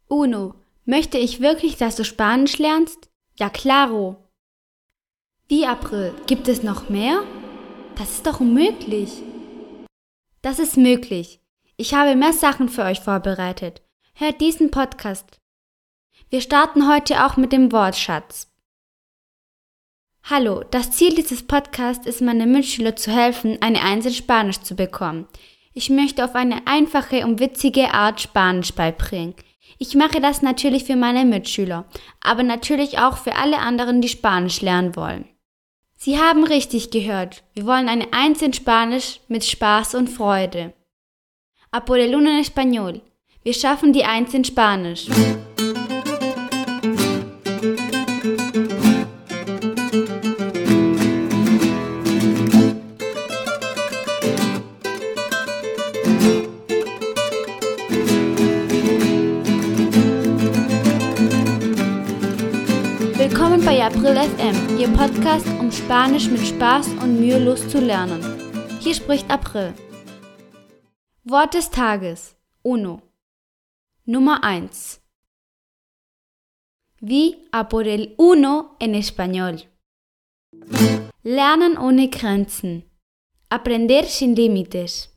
Uno, möchte ich wirklich, dass du Spanisch lernst? Ja, claro. Wie, April? Gibt es noch mehr? Das ist doch unmöglich. Das ist möglich. Ich habe mehr Sachen für euch vorbereitet. Hört diesen Podcast. Wir starten heute auch mit dem Wortschatz. Hallo, das Ziel dieses Podcasts ist, meinen Mitschülern zu helfen, eine 1 in Spanisch zu bekommen. Ich möchte auf eine einfache und witzige Art Spanisch beibringen. Ich mache das natürlich für meine Mitschüler, aber natürlich auch für alle anderen, die Spanisch lernen wollen. Sie haben richtig gehört, wir wollen eine 1 in Spanisch mit Spaß und Freude. A por el uno en español. Wir schaffen die 1 in Spanisch. Willkommen bei April FM, Ihr Podcast, um Spanisch mit Spaß und mühelos zu lernen. Hier spricht April. Wort des Tages. Uno. Nummer 1. Wie a por el uno en español. Lernen ohne Grenzen. Aprender sin límites.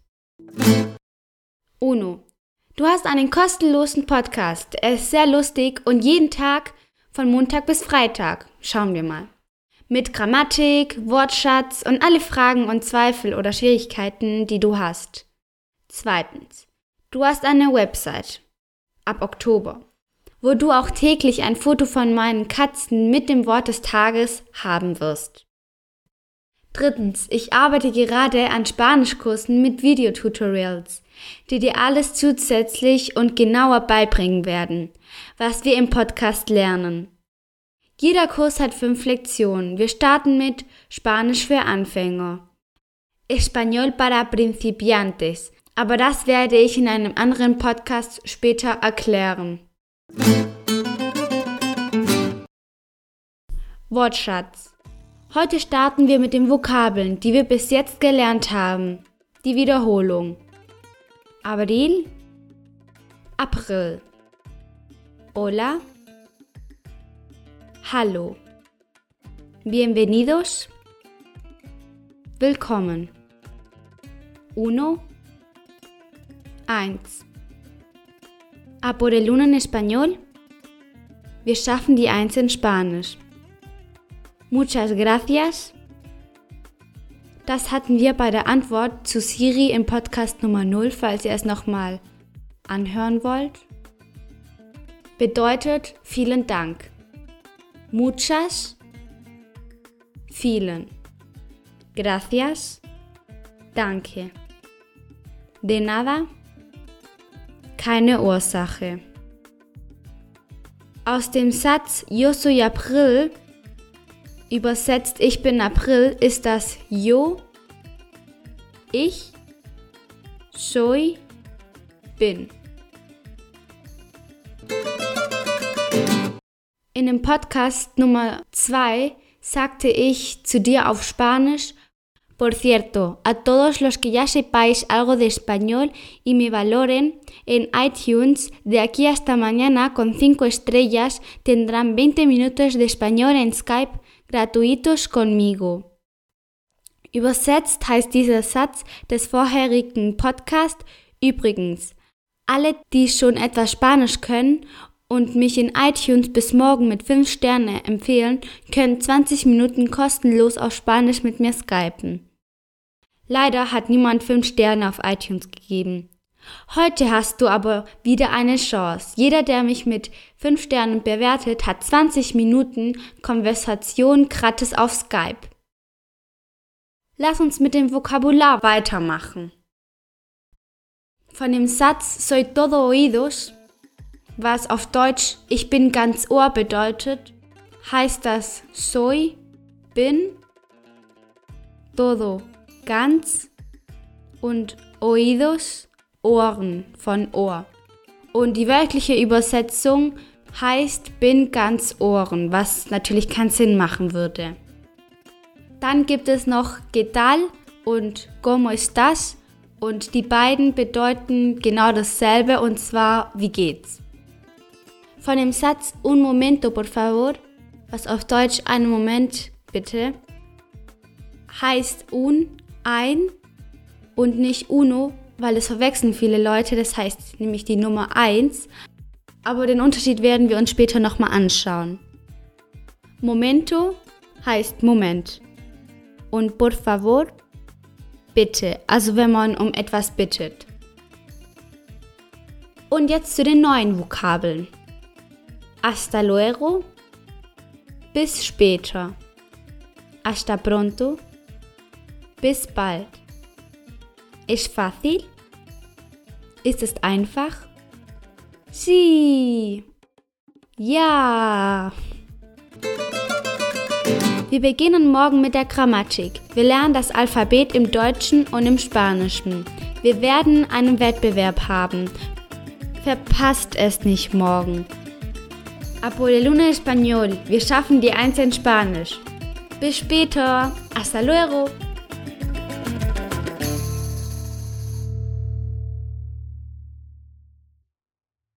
Uno. Du hast einen kostenlosen Podcast. Er ist sehr lustig und jeden Tag von Montag bis Freitag. Schauen wir mal. Mit Grammatik, Wortschatz und alle Fragen und Zweifel oder Schwierigkeiten, die du hast. Zweitens. Du hast eine Website. Ab Oktober. Wo du auch täglich ein Foto von meinen Katzen mit dem Wort des Tages haben wirst. Drittens. Ich arbeite gerade an Spanischkursen mit Videotutorials, die dir alles zusätzlich und genauer beibringen werden, was wir im Podcast lernen. Jeder Kurs hat 5 Lektionen. Wir starten mit Spanisch für Anfänger. Español para principiantes. Aber das werde ich in einem anderen Podcast später erklären. Wortschatz. Heute starten wir mit den Vokabeln, die wir bis jetzt gelernt haben. Die Wiederholung. Abril, April. Hola, hallo. Bienvenidos, willkommen. Uno, 1. A por el uno en español. Wir schaffen die 1 in Spanisch. Muchas gracias. Das hatten wir bei der Antwort zu Siri im Podcast Nummer 0, falls ihr es nochmal anhören wollt. Bedeutet vielen Dank. Muchas, vielen. Gracias, danke. De nada, keine Ursache. Aus dem Satz Yo soy April, übersetzt Ich bin April, ist das Yo, ich, soy, bin. In dem Podcast Nummer 2 sagte ich zu dir auf Spanisch: Por cierto, a todos los que ya sepáis algo de español y me valoren en iTunes, de aquí hasta mañana con 5 estrellas tendrán 20 minutos de español en Skype gratuitos conmigo. Übersetzt heißt dieser Satz des vorherigen Podcasts: Übrigens, alle, die schon etwas Spanisch können und mich in iTunes bis morgen mit 5 Sternen empfehlen, können 20 Minuten kostenlos auf Spanisch mit mir skypen. Leider hat niemand 5 Sterne auf iTunes gegeben. Heute hast du aber wieder eine Chance. Jeder, der mich mit 5 Sternen bewertet, hat 20 Minuten Konversation gratis auf Skype. Lass uns mit dem Vokabular weitermachen. Von dem Satz Soy todo oídos, was auf Deutsch Ich bin ganz Ohr bedeutet, heißt das soy, bin, todo, ganz und oídos, Ohren, von Ohr. Und die wörtliche Übersetzung heißt bin ganz Ohren, was natürlich keinen Sinn machen würde. Dann gibt es noch ¿Qué tal? Und ¿Cómo estás? Und die beiden bedeuten genau dasselbe, und zwar wie geht's. Von dem Satz un momento por favor, was auf Deutsch einen Moment bitte, heißt ein und nicht uno, weil es verwechseln viele Leute, das heißt nämlich die Nummer 1, aber den Unterschied werden wir uns später nochmal anschauen. Momento heißt Moment und por favor, bitte, also wenn man um etwas bittet. Und jetzt zu den neuen Vokabeln. Hasta luego, bis später. Hasta pronto, bis bald. ¿Es fácil? Ist es einfach? Sí. Ja. Wir beginnen morgen mit der Grammatik. Wir lernen das Alphabet im Deutschen und im Spanischen. Wir werden einen Wettbewerb haben. Verpasst es nicht morgen. A por el uno español. Wir schaffen die 1 in Spanisch. Bis später. Hasta luego.